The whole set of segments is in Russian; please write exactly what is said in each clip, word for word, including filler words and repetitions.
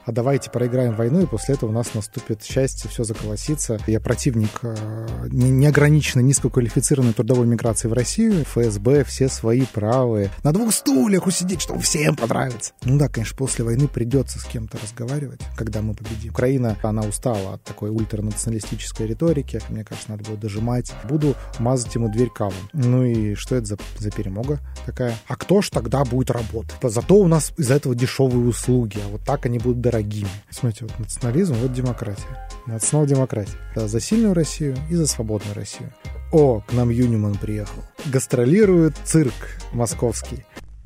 а давайте проиграем войну, и после этого у нас наступит счастье, все заколосится. Я противник неограниченно низкоквалифицированной трудовой миграции в Россию. эф эс бэ, все свои правые. На двух стульях усидеть, чтобы всем понравится. Ну да, конечно, после войны придется с кем-то разговаривать, когда мы победим. Украина, она устала от такой ультранационалистической риторики. Мне кажется, надо было дожимать. Буду мазать ему дверь кавом. Ну и что это за, за перемога такая? А кто ж тогда будет работать? Зато у нас из-за этого дешевые услуги, а вот так они будут дорогими. Смотрите, вот национализм, вот демократия. Это снова демократия. Да, за сильную Россию и за свободную Россию. О, к нам Юниман приехал. Гастролирует цирк московский.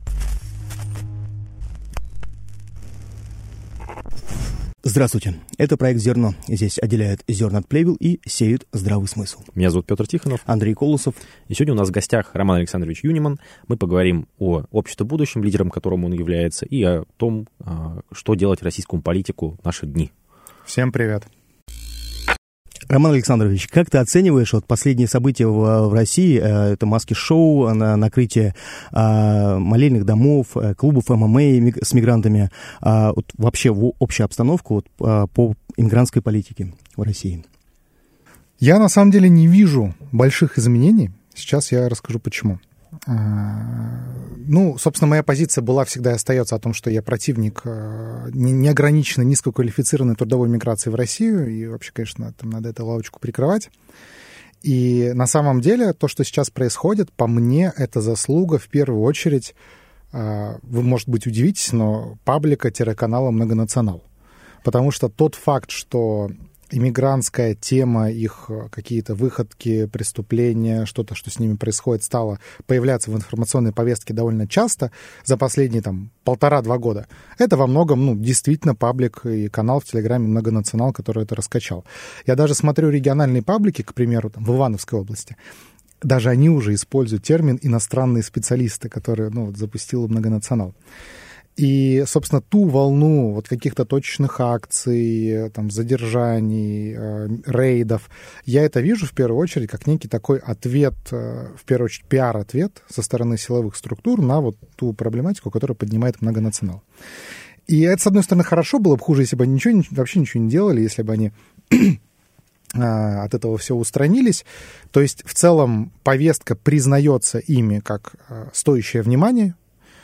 Здравствуйте. Это проект «Зерно». Здесь отделяют зерна от плевел и сеют здравый смысл. Меня зовут Петр Тихонов. Андрей Колосов. И сегодня у нас в гостях Роман Александрович Юниман. Мы поговорим о обществе будущем, лидером которому он является, и о том, что делать российскому политику в наши дни. Всем привет. Роман Александрович, как ты оцениваешь вот последние события в, в России? Это маски-шоу, накрытие а, молельных домов, клубов эм эм а с мигрантами, а, вот вообще в общую обстановку вот, а, по иммигрантской политике в России? Я на самом деле не вижу больших изменений. Сейчас я расскажу почему. Ну, собственно, моя позиция была всегда и остается о том, что я противник неограниченно низкоквалифицированной трудовой миграции в Россию, и вообще, конечно, там надо эту лавочку прикрывать. И на самом деле то, что сейчас происходит, по мне, это заслуга в первую очередь, вы, может быть, удивитесь, но паблика-канала «Многонационал». Потому что тот факт, что иммигрантская тема, их какие-то выходки, преступления, что-то, что с ними происходит, стало появляться в информационной повестке довольно часто за последние там полтора-два года. Это во многом, ну, действительно паблик и канал в Телеграме «Многонационал», который это раскачал. Я даже смотрю региональные паблики, к примеру, там, в Ивановской области. Даже они уже используют термин «иностранные специалисты», который, ну, вот, запустил «Многонационал». И, собственно, ту волну вот каких-то точечных акций, там, задержаний, э, рейдов, я это вижу в первую очередь как некий такой ответ, э, в первую очередь пиар-ответ со стороны силовых структур на вот ту проблематику, которую поднимает Многонационал. И это, с одной стороны, хорошо, было бы хуже, если бы они ничего, вообще ничего не делали, если бы они от этого все устранились. То есть, в целом, повестка признается ими как стоящее внимания.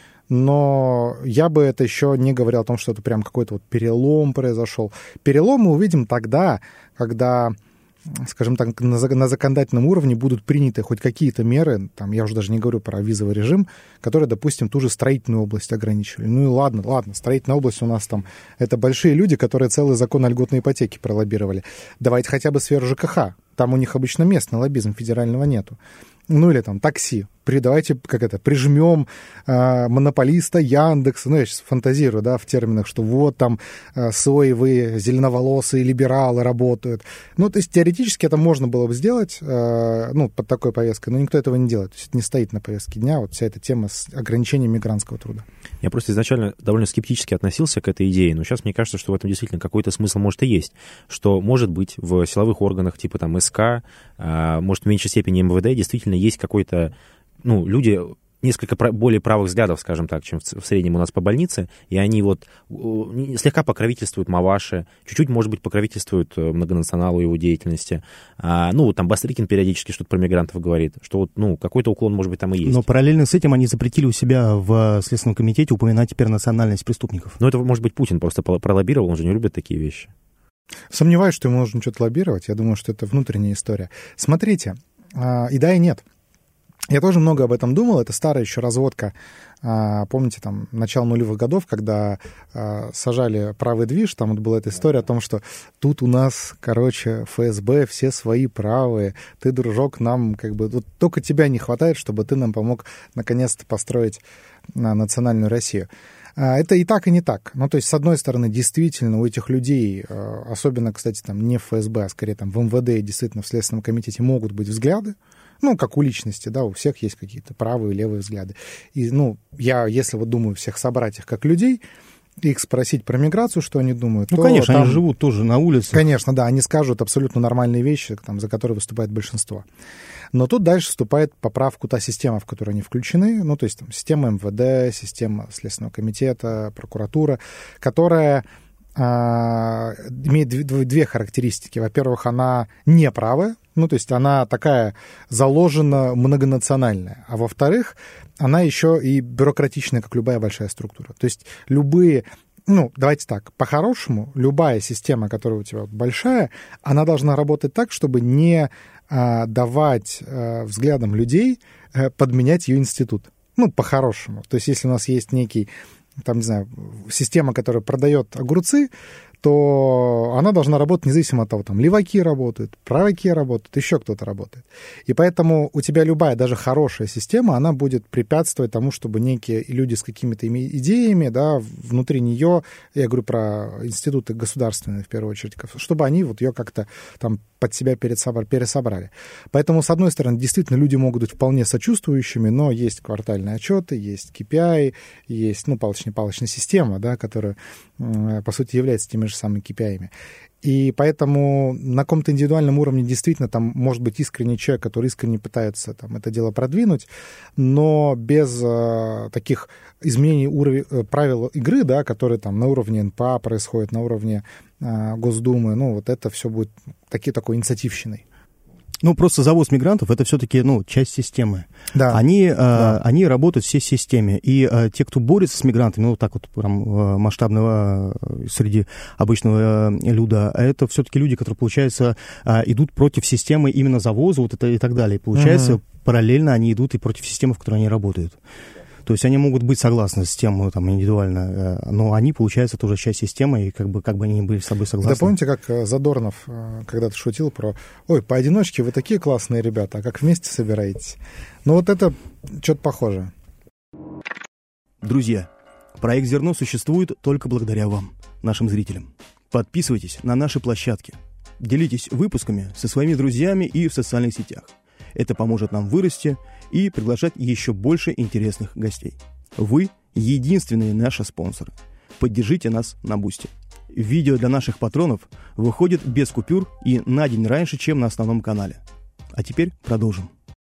Но я бы это еще не говорил о том, что это прям какой-то вот перелом произошел. Перелом мы увидим тогда, когда, скажем так, на законодательном уровне будут приняты хоть какие-то меры, там, я уже даже не говорю про визовый режим, которые, допустим, ту же строительную область ограничивали. Ну и ладно, ладно, строительная область у нас там, это большие люди, которые целый закон о льготной ипотеке пролоббировали. Давайте хотя бы сферу ЖКХ. Там у них обычно местный лоббизм, федерального нету. Ну или там такси. При, давайте, как это, прижмем э, монополиста Яндекса, ну я сейчас фантазирую, да, в терминах, что вот там э, соевые, зеленоволосые либералы работают. Ну, то есть теоретически это можно было бы сделать, э, ну, под такой повесткой, но никто этого не делает. То есть это не стоит на повестке дня, вот вся эта тема с ограничением мигрантского труда. Я просто изначально довольно скептически относился к этой идее, но сейчас мне кажется, что в этом действительно какой-то смысл может и есть, что, может быть, в силовых органах типа там эс ка, э, может, в меньшей степени эм вэ дэ действительно есть какой-то, ну, люди несколько более правых взглядов, скажем так, чем в среднем у нас по больнице, и они вот слегка покровительствуют Маваше, чуть-чуть, может быть, покровительствуют Многонационалу и его деятельности. А, ну, там Бастрыкин периодически что-то про мигрантов говорит, что вот, ну, какой-то уклон, может быть, там и есть. Но параллельно с этим они запретили у себя в Следственном комитете упоминать теперь национальность преступников. Ну, это, может быть, Путин просто пролоббировал, он же не любит такие вещи. Сомневаюсь, что ему нужно что-то лоббировать, я думаю, что это внутренняя история. Смотрите, и да, и нет. Я тоже много об этом думал, это старая еще разводка, помните, там, начало нулевых годов, когда сажали правый движ, там вот была эта история о том, что тут у нас, короче, эф эс бэ, все свои правые, ты, дружок, нам как бы, вот только тебя не хватает, чтобы ты нам помог наконец-то построить национальную Россию. Это и так, и не так. Ну, то есть, с одной стороны, действительно, у этих людей, особенно, кстати, там, не в эф эс бэ, а скорее там в эм вэ дэ, действительно, в Следственном комитете могут быть взгляды, ну, как у личности, да, у всех есть какие-то правые и левые взгляды. И, ну, я, если вот думаю всех собрать их как людей, их спросить про миграцию, что они думают. Ну, то конечно, там, они живут тоже на улице. Конечно, да, они скажут абсолютно нормальные вещи, там, за которые выступает большинство. Но тут дальше вступает поправку та система, в которую они включены, ну, то есть там, система эм вэ дэ, система Следственного комитета, прокуратура, которая а, имеет две, две характеристики. Во-первых, она не правая, ну, то есть она такая заложена многонациональная. А во-вторых, она еще и бюрократичная, как любая большая структура. То есть любые... Ну, давайте так, по-хорошему, любая система, которая у тебя большая, она должна работать так, чтобы не а, давать а, взглядам людей а, подменять ее институт. Ну, по-хорошему. То есть если у нас есть некий, там, не знаю, система, которая продает огурцы, то она должна работать независимо от того, там, леваки работают, праваки работают, еще кто-то работает. И поэтому у тебя любая, даже хорошая система, она будет препятствовать тому, чтобы некие люди с какими-то идеями, да, внутри нее, я говорю про институты государственные, в первую очередь, чтобы они вот ее как-то там под себя пересобрали. Поэтому, с одной стороны, действительно, люди могут быть вполне сочувствующими, но есть квартальные отчеты, есть кей пи ай, есть, ну, палочная система, да, которая, по сути, является теми же самыми кей пи ай-ами. И поэтому на каком-то индивидуальном уровне действительно там может быть искренний человек, который искренне пытается там, это дело продвинуть, но без э, таких изменений уровня, правил игры, да, которые там на уровне эн пэ а происходят, на уровне э, Госдумы, ну вот это все будет таки, такой инициативщиной. Ну, просто завоз мигрантов — это все-таки, ну, часть системы. Да. Они, да. э, они работают все в системе. И э, те, кто борется с мигрантами, ну, так вот прям э, масштабного э, среди обычного э, люда, это все-таки люди, которые, получается, э, идут против системы именно завоза вот это, и так далее. И, получается, угу. параллельно они идут и против системы, в которой они работают. То есть они могут быть согласны с тем, ну, там, индивидуально, но они, получается, тоже часть системы, и как бы, как бы они были с собой согласны. Да, помните, как Задорнов когда-то шутил про «Ой, поодиночке вы такие классные ребята, а как вместе собираетесь?» Ну вот это что-то похоже. Друзья, проект «Зерно» существует только благодаря вам, нашим зрителям. Подписывайтесь на наши площадки, делитесь выпусками со своими друзьями и в социальных сетях. Это поможет нам вырасти и приглашать еще больше интересных гостей. Вы — единственные наши спонсоры. Поддержите нас на Бусти. Видео для наших патронов выходит без купюр и на день раньше, чем на основном канале. А теперь продолжим.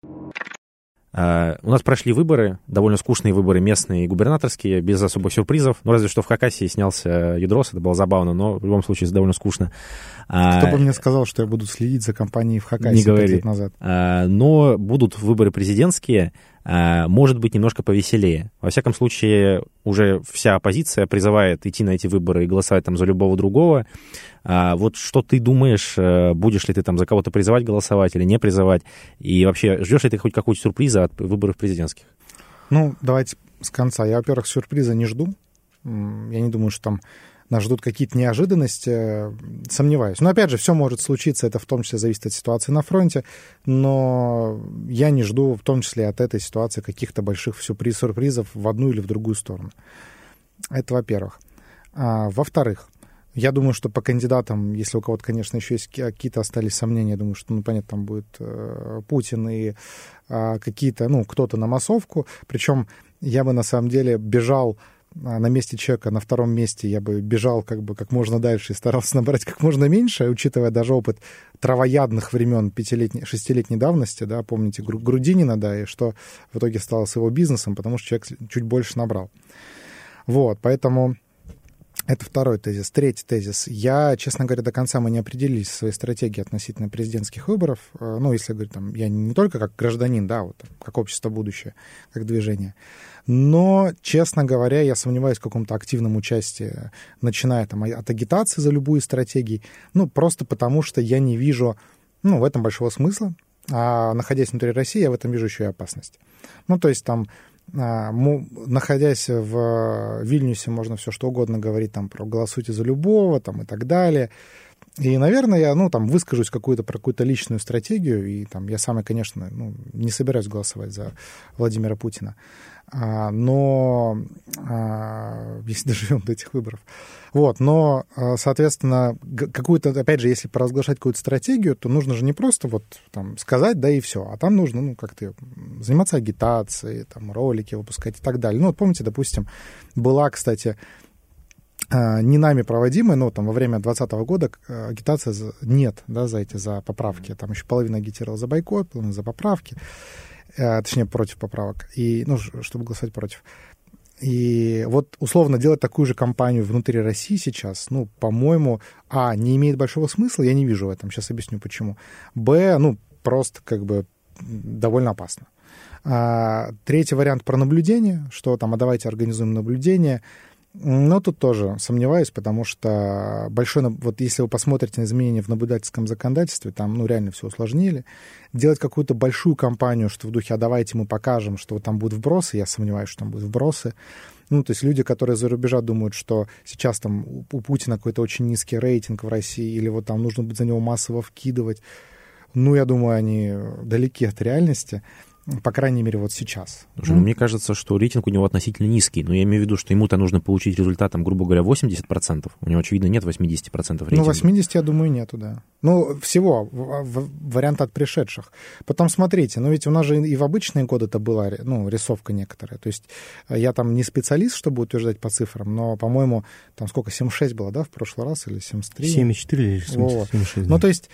Uh, у нас прошли выборы, довольно скучные выборы местные и губернаторские, без особых сюрпризов. Ну, разве что в Хакасии снялся Юдрос, это было забавно, но в любом случае довольно скучно. Кто uh, бы мне сказал, что я буду следить за кампанией в Хакасии пять лет назад. Uh, но будут выборы президентские, uh, может быть, немножко повеселее. Во всяком случае, уже вся оппозиция призывает идти на эти выборы и голосовать там за любого другого. А вот что ты думаешь, будешь ли ты там за кого-то призывать голосовать или не призывать? И вообще, ждешь ли ты хоть какого-то сюрприза от выборов президентских? Ну, давайте с конца. Я, во-первых, сюрприза не жду. Я не думаю, что там нас ждут какие-то неожиданности. Сомневаюсь. Но, опять же, все может случиться. Это в том числе зависит от ситуации на фронте. Но я не жду, в том числе от этой ситуации, каких-то больших сюрпризов в одну или в другую сторону. Это во-первых. А, во-вторых, я думаю, что по кандидатам, если у кого-то, конечно, еще есть какие-то остались сомнения, я думаю, что, ну, понятно, там будет э, Путин и э, какие-то, ну, кто-то на массовку. Причем я бы, на самом деле, бежал э, на месте человека, на втором месте я бы бежал как бы как можно дальше и старался набрать как можно меньше, учитывая даже опыт травоядных времен пятилетней, шестилетней давности, да, помните, Грудинина, да, и что в итоге стало с его бизнесом, потому что человек чуть больше набрал. Вот, поэтому... Это второй тезис. Третий тезис. Я, честно говоря, до конца мы не определились в своей стратегии относительно президентских выборов. Ну, если говорить, там, я не только как гражданин, да, вот, как общество будущее, как движение. Но, честно говоря, я сомневаюсь в каком-то активном участии, начиная там от агитации за любую стратегию. Ну, просто потому что я не вижу, ну, в этом большого смысла. А находясь внутри России, я в этом вижу еще и опасность. Ну, то есть там... находясь в Вильнюсе, можно все что угодно говорить там про «голосуйте за любого» там, и так далее. И, наверное, я ну, там, выскажусь какую-то, про какую-то личную стратегию, и там, я сам, конечно, ну, не собираюсь голосовать за Владимира Путина. А, но а, если доживем до этих выборов. Вот, но, соответственно, какую-то, опять же, если поразглашать какую-то стратегию, то нужно же не просто вот там сказать, да и все, а там нужно, ну, как-то заниматься агитацией, там, ролики выпускать и так далее. Ну, вот помните, допустим, была, кстати, не нами проводимая, но там во время двадцатого года агитация за, нет, да, за эти, за поправки. Там еще половина агитировала за бойкот, половина за поправки, точнее, против поправок, и, ну, чтобы голосовать против. И вот условно делать такую же кампанию внутри России сейчас, ну, по-моему, а, не имеет большого смысла, я не вижу в этом, сейчас объясню почему. Б, ну, просто как бы довольно опасно. А, третий вариант про наблюдение, что там, а давайте организуем наблюдение. Но тут тоже сомневаюсь, потому что большой, вот если вы посмотрите на изменения в наблюдательском законодательстве, там, ну, реально все усложнили. Делать какую-то большую кампанию, что в духе, а давайте мы покажем, что вот там будут вбросы, я сомневаюсь, что там будут вбросы. Ну, то есть люди, которые за рубежа думают, что сейчас там у Путина какой-то очень низкий рейтинг в России, или вот там нужно будет за него массово вкидывать, ну, я думаю, они далеки от реальности. По крайней мере, вот сейчас. Слушай, ну, мне кажется, что рейтинг у него относительно низкий. Но я имею в виду, что ему-то нужно получить результатом, грубо говоря, восемьдесят процентов. У него, очевидно, нет восемьдесят процентов рейтинга. Ну, восемьдесят, я думаю, нету, да. Ну, всего, вариант от пришедших. Потом смотрите, ну ведь у нас же и в обычные годы это была, ну, рисовка некоторая. То есть я там не специалист, чтобы утверждать по цифрам, но, по-моему, там сколько, семьдесят шесть было, да, в прошлый раз, или семьдесят три? семьдесят четыре или семьдесят шесть. Ну, то есть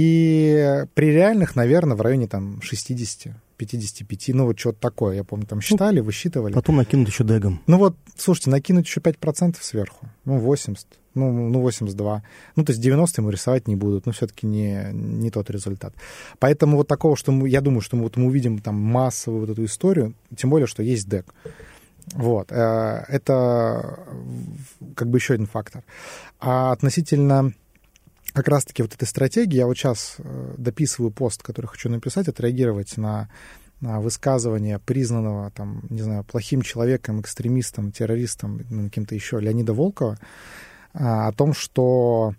и при реальных, наверное, в районе там шестьдесят. пятьдесят пять, ну вот что-то такое, я помню, там считали, ну, высчитывали. Потом накинуть еще дегом. Ну вот, слушайте, накинуть еще пять процентов сверху, ну восемьдесят, ну, ну восемьдесят два, ну то есть девяносто ему рисовать не будут, но все-таки не, не тот результат. Поэтому вот такого, что мы, я думаю, что мы, вот мы увидим там массовую вот эту историю, тем более, что есть дег. Вот, это как бы еще один фактор. А относительно как раз-таки вот этой стратегии, я вот сейчас дописываю пост, который хочу написать, отреагировать на, на высказывание признанного, там, не знаю, плохим человеком, экстремистом, террористом, ну, кем-то еще, Леонида Волкова, о том, что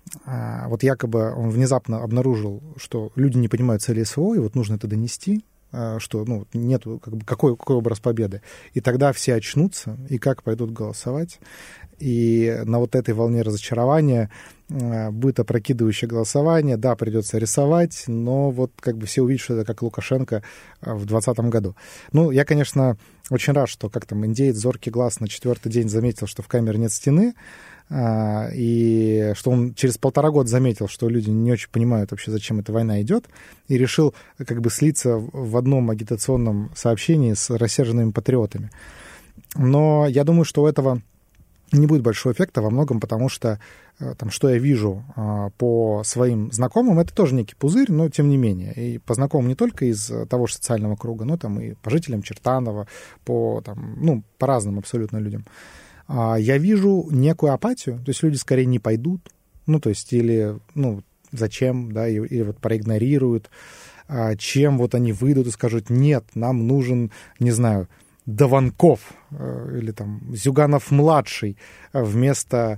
вот якобы он внезапно обнаружил, что люди не понимают цели СВО, и вот нужно это донести, что, ну, нету, как бы, какой, какой образ победы. И тогда все очнутся, и как пойдут голосовать. И на вот этой волне разочарования будет опрокидывающее голосование. Да, придется рисовать, но вот как бы все увидят, что это как Лукашенко в двадцатом году. Ну, я, конечно, очень рад, что как там индеец зоркий глаз на четвертый день заметил, что в камере нет стены, и что он через полтора года заметил, что люди не очень понимают вообще, зачем эта война идет, и решил как бы слиться в одном агитационном сообщении с рассерженными патриотами. Но я думаю, что у этого не будет большого эффекта во многом, потому что там, что я вижу по своим знакомым, это тоже некий пузырь, но тем не менее. И по знакомым не только из того же социального круга, но там и по жителям Чертанова, по, там, ну, по разным абсолютно людям. Я вижу некую апатию, то есть люди скорее не пойдут, ну, то есть или, ну, зачем, да, или, или вот проигнорируют, чем вот они выйдут и скажут, нет, нам нужен, не знаю, Дованков или там Зюганов-младший вместо,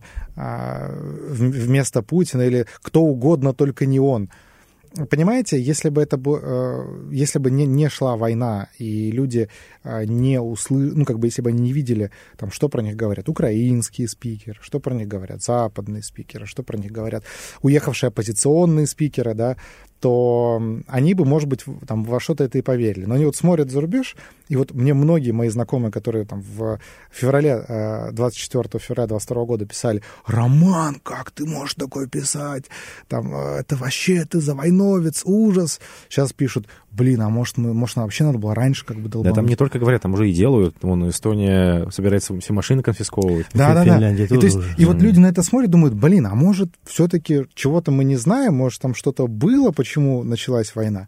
вместо Путина, или кто угодно, только не он. Понимаете, если бы это если бы не, не шла война, и люди не услышали, ну, как бы, если бы они не видели, там, что про них говорят украинские спикеры, что про них говорят западные спикеры, что про них говорят уехавшие оппозиционные спикеры, да, то они бы, может быть, там, во что-то это и поверили. Но они вот смотрят за рубеж, и вот мне многие мои знакомые, которые там в феврале, двадцать четвёртого февраля двадцать второго года писали: «Роман, как ты можешь такое писать? Там, это вообще, ты завойновец, ужас». Сейчас пишут: блин, а может, мы, может, нам вообще надо было раньше как бы долбануть. Да, там не только говорят, там уже и делают. Вон, Эстония собирается все машины конфисковывать. Да, да, да. И, то есть, уже. и вот люди на это смотрят, думают: блин, а может, все-таки чего-то мы не знаем, может, там что-то было, почему началась война.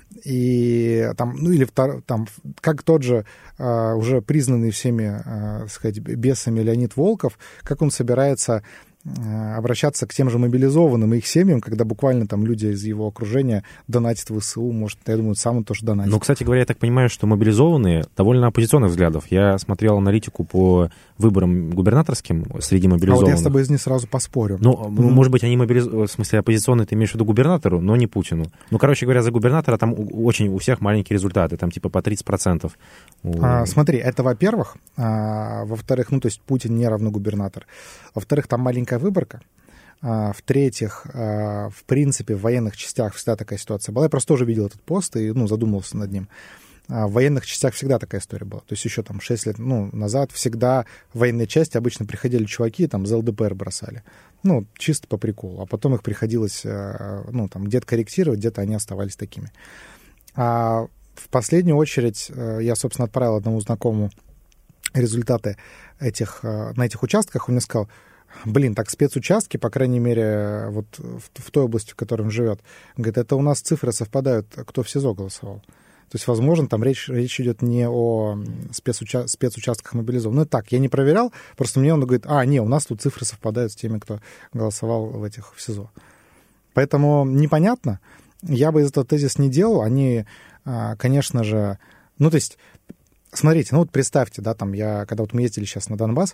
И там, ну или там, как тот же uh, уже признанный всеми, uh, так сказать, бесами Леонид Волков, как он собирается обращаться к тем же мобилизованным и их семьям, когда буквально там люди из его окружения донатят в ВСУ, может, я думаю, сам он тоже донатит. Ну, кстати говоря, я так понимаю, что мобилизованные довольно оппозиционных взглядов. Я смотрел аналитику по выборам губернаторским среди мобилизованных. А вот я с тобой из них сразу поспорю. Ну, mm-hmm. может быть, они мобилизованные, в смысле, оппозиционные, ты имеешь в виду губернатору, но не Путину. Ну, короче говоря, за губернатора там очень у всех маленькие результаты, там типа по тридцать процентов. А, смотри, это во-первых. А, во-вторых, ну, то есть Путин не равно губернатор. Во-вторых, там маленькая выборка. А, в-третьих, а, в принципе, в военных частях всегда такая ситуация была. Я просто тоже видел этот пост и, ну, задумывался над ним. А, в военных частях всегда такая история была. То есть еще там шесть лет, ну, назад всегда в военные части обычно приходили чуваки, там, за ЛДПР бросали. Ну, чисто по приколу. А потом их приходилось, ну, там, где-то корректировать, где-то они оставались такими. А в последнюю очередь я, собственно, отправил одному знакомому результаты этих, на этих участках, он мне сказал, блин, так спецучастки, по крайней мере, вот в, в той области, в которой он живет, говорит, это у нас цифры совпадают, кто в СИЗО голосовал. То есть, возможно, там речь, речь идет не о спецуча- спецучастках мобилизованных. Ну, так, я не проверял, просто мне он говорит, а, не, у нас тут цифры совпадают с теми, кто голосовал в этих в СИЗО. Поэтому непонятно. Я бы этот тезис не делал. Они, конечно же... Ну, то есть, смотрите, ну вот представьте, да, там я, когда вот мы ездили сейчас на Донбасс,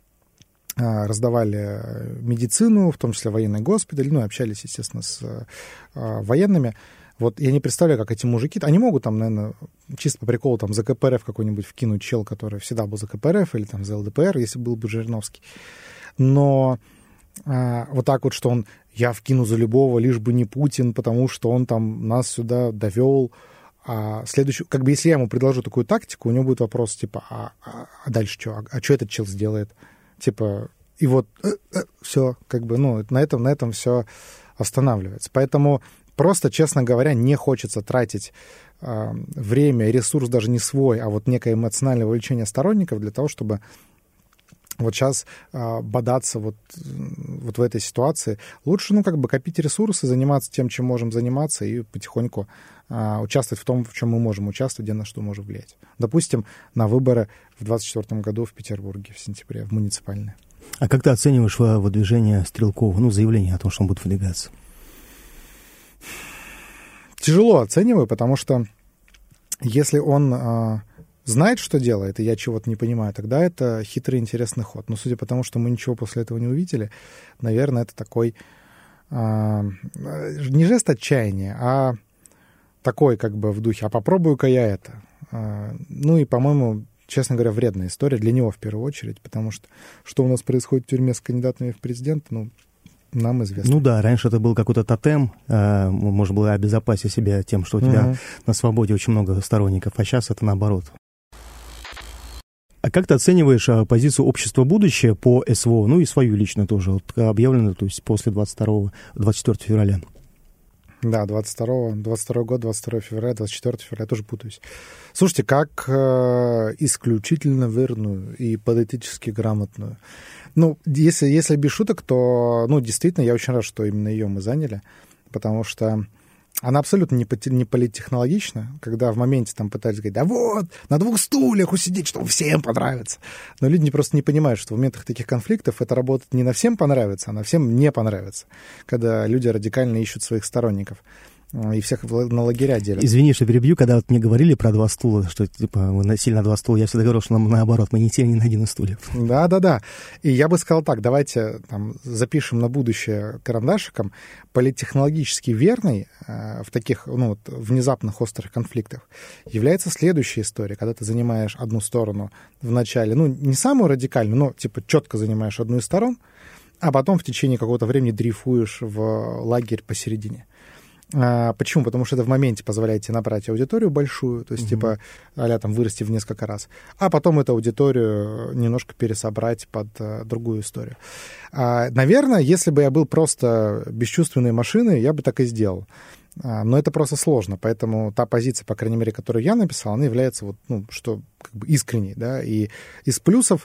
раздавали медицину, в том числе военный госпиталь, ну, общались, естественно, с военными. Вот я не представляю, как эти мужики... Они могут там, наверное, чисто по приколу там за ка пэ эр эф какой-нибудь вкинуть чел, который всегда был за ка пэ эр эф или там за эл дэ пэ эр, если был бы Жириновский. Но а, вот так вот, что он... Я вкину за любого, лишь бы не Путин, потому что он там нас сюда довел. А следующий... Как бы если я ему предложу такую тактику, у него будет вопрос типа, а, а, а дальше что? А, а что этот чел сделает? Типа, и вот э, э, все, как бы, ну, на этом, на этом все останавливается. Поэтому просто, честно говоря, не хочется тратить э, время, ресурс даже не свой, а вот некое эмоциональное вовлечение сторонников для того, чтобы вот сейчас э, бодаться вот, вот в этой ситуации. Лучше, ну, как бы копить ресурсы, заниматься тем, чем можем заниматься, и потихоньку э, участвовать в том, в чем мы можем участвовать, где на что можем влиять. Допустим, на выборы в двадцать четвёртом году в Петербурге в сентябре, в муниципальные. А как ты оцениваешь выдвижение Стрелкова, ну, заявление о том, что он будет выдвигаться? Тяжело оцениваю, потому что если он э, знает, что делает, и я чего-то не понимаю, тогда это хитрый, интересный ход. Но судя по тому, что мы ничего после этого не увидели, наверное, это такой э, не жест отчаяния, а такой как бы в духе, а попробую-ка я это. Э, ну и, по-моему, честно говоря, вредная история для него в первую очередь, потому что что у нас происходит в тюрьме с кандидатами в президенты, ну, нам известно. Ну да, раньше это был какой-то тотем, э, можно было обезопасить себя тем, что у тебя uh-huh. на свободе очень много сторонников, а сейчас это наоборот. А как ты оцениваешь а, позицию общества «Будущее» по эс вэ о, ну и свою личную тоже, вот, объявлено, то есть после двадцать второго, двадцать четвёртого февраля? Да, двадцать второго, двадцать второй год, двадцать второго февраля, двадцать четвёртого февраля, я тоже путаюсь. Слушайте, как э, исключительно верную и политически грамотную. Ну, если, если без шуток, то, ну, действительно, я очень рад, что именно ее мы заняли, потому что она абсолютно не, не политтехнологична, когда в моменте там пытались говорить, да вот, на двух стульях усидеть, чтобы всем понравится. Но люди просто не понимают, что в моментах таких конфликтов это работает не на всем понравится, а на всем не понравится, когда люди радикально ищут своих сторонников. И всех на лагеря делят. Извини, что перебью, когда вот мне говорили про два стула, что типа мы носили на два стула, я всегда говорил, что нам наоборот, мы не сели ни на один из стульев. Да-да-да. И я бы сказал так, давайте там, запишем на будущее карандашиком, политтехнологически верной э, в таких ну, вот, внезапных острых конфликтах является следующая история, когда ты занимаешь одну сторону в начале, ну, не самую радикальную, но типа четко занимаешь одну из сторон, а потом в течение какого-то времени дрейфуешь в лагерь посередине. А, почему? Потому что это в моменте позволяет тебе набрать аудиторию большую, то есть, mm-hmm. типа, а-ля там вырасти в несколько раз, а потом эту аудиторию немножко пересобрать под а, другую историю. А, наверное, если бы я был просто бесчувственной машиной, я бы так и сделал. А, но это просто сложно, поэтому та позиция, по крайней мере, которую я написал, она является вот, ну, что, как бы искренней, да, и из плюсов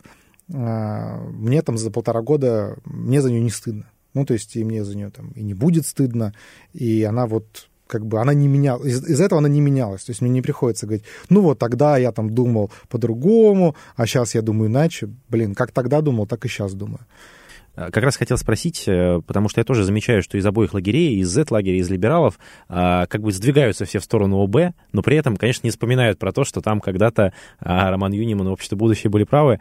а, мне там за полтора года, мне за нее не стыдно. Ну, то есть и мне за нее там и не будет стыдно, и она вот как бы, она не менялась, из- из-за этого она не менялась, то есть мне не приходится говорить, ну вот тогда я там думал по-другому, а сейчас я думаю иначе, блин, как тогда думал, так и сейчас думаю. Как раз хотел спросить, потому что я тоже замечаю, что из обоих лагерей, из зет-лагеря, из либералов, как бы сдвигаются все в сторону о бэ, но при этом, конечно, не вспоминают про то, что там когда-то Роман Юниман и Общество будущее были правы.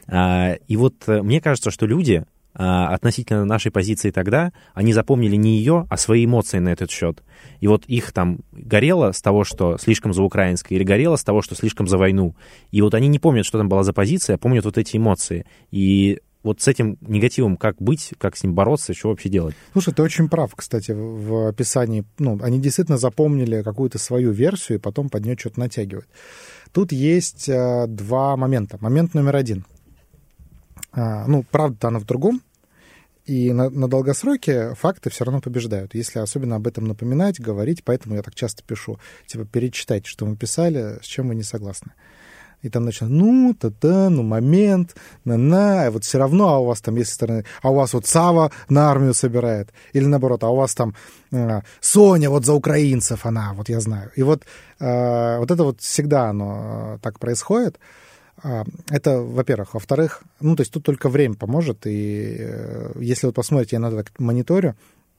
И вот мне кажется, что люди относительно нашей позиции тогда, они запомнили не ее, а свои эмоции на этот счет. И вот их там горело с того, что слишком за украинское, или горело с того, что слишком за войну. И вот они не помнят, что там была за позиция, а помнят вот эти эмоции. И вот с этим негативом как быть, как с ним бороться, что вообще делать? Слушай, ты очень прав, кстати, в описании. Ну, они действительно запомнили какую-то свою версию и потом под нее что-то натягивают. Тут есть а, два момента. Момент номер один. А, ну, правда-то она в другом. И на, на долгосроке факты все равно побеждают, если особенно об этом напоминать, говорить, поэтому я так часто пишу, типа, перечитайте, что мы писали, с чем вы не согласны. И там начинают, ну, та-та, ну, момент, на-на, вот все равно, а у вас там есть стороны, а у вас вот Сава на армию собирает, или наоборот, а у вас там э, Соня вот за украинцев, она, вот я знаю. И вот, э, вот это вот всегда оно э, так происходит. Э, это, во-первых. Во-вторых, ну, то есть тут только время поможет, и э, если вот посмотрите, я на это мониторю,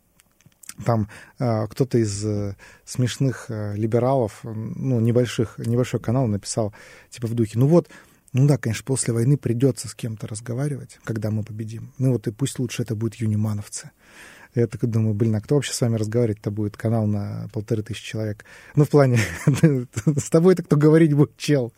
там э, кто-то из э, смешных э, либералов, ну, небольших, небольшой канал написал, типа в духе, ну вот, ну да, конечно, после войны придется с кем-то разговаривать, когда мы победим. Ну вот и пусть лучше это будут юнимановцы. Я так думаю, блин, а кто вообще с вами разговаривать-то будет? Канал на полторы тысячи человек. Ну, в плане, с тобой-то кто говорить будет, чел?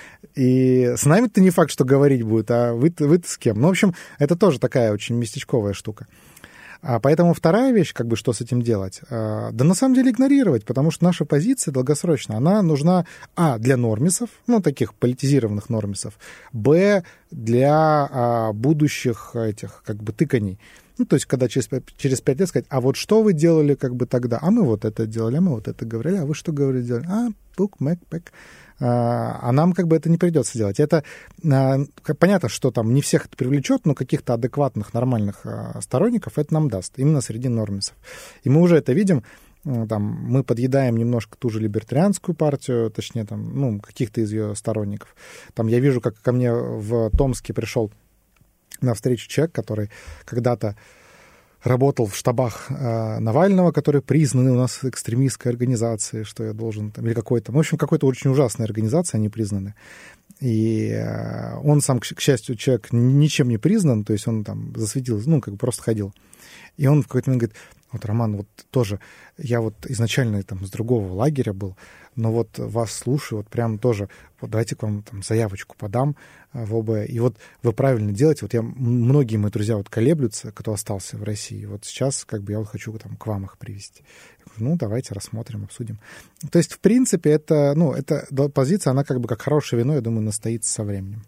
И с нами-то не факт, что говорить будет, а вы-то, вы-то с кем? Ну, в общем, это тоже такая очень местечковая штука. А поэтому вторая вещь, как бы, что с этим делать? Да на самом деле игнорировать, потому что наша позиция долгосрочная, она нужна, а, для нормисов, ну, таких политизированных нормисов, б, для а, будущих этих, как бы, тыканий. Ну, то есть, когда через, через пять лет сказать, а вот что вы делали, как бы, тогда? А мы вот это делали, а мы вот это говорили, а вы что говорили, делали? А, пук, мэк, пэк. А нам как бы это не придется делать. Это понятно, что там не всех это привлечет, но каких-то адекватных, нормальных сторонников это нам даст, именно среди нормисов. И мы уже это видим, там, мы подъедаем немножко ту же либертарианскую партию, точнее, там, ну, каких-то из ее сторонников. Там я вижу, как ко мне в Томске пришел на встречу человек, который когда-то работал в штабах э, Навального, которые признаны у нас экстремистской организацией, что я должен, там, или какой-то, в общем, какой-то очень ужасной организации они признаны. И э, он сам, к, к счастью, человек ничем не признан, то есть он там засветился, ну, как бы просто ходил. И он в какой-то момент говорит, вот, Роман, вот тоже, я вот изначально там с другого лагеря был, но вот вас слушаю, вот прям тоже, вот давайте к вам там заявочку подам в ОБ, и вот вы правильно делаете, вот я, многие мои друзья вот колеблются, кто остался в России, вот сейчас как бы я вот хочу там к вам их привезти. Я говорю, ну, давайте рассмотрим, обсудим. То есть, в принципе, это, ну, эта позиция, она как бы как хорошее вино, я думаю, настоится со временем.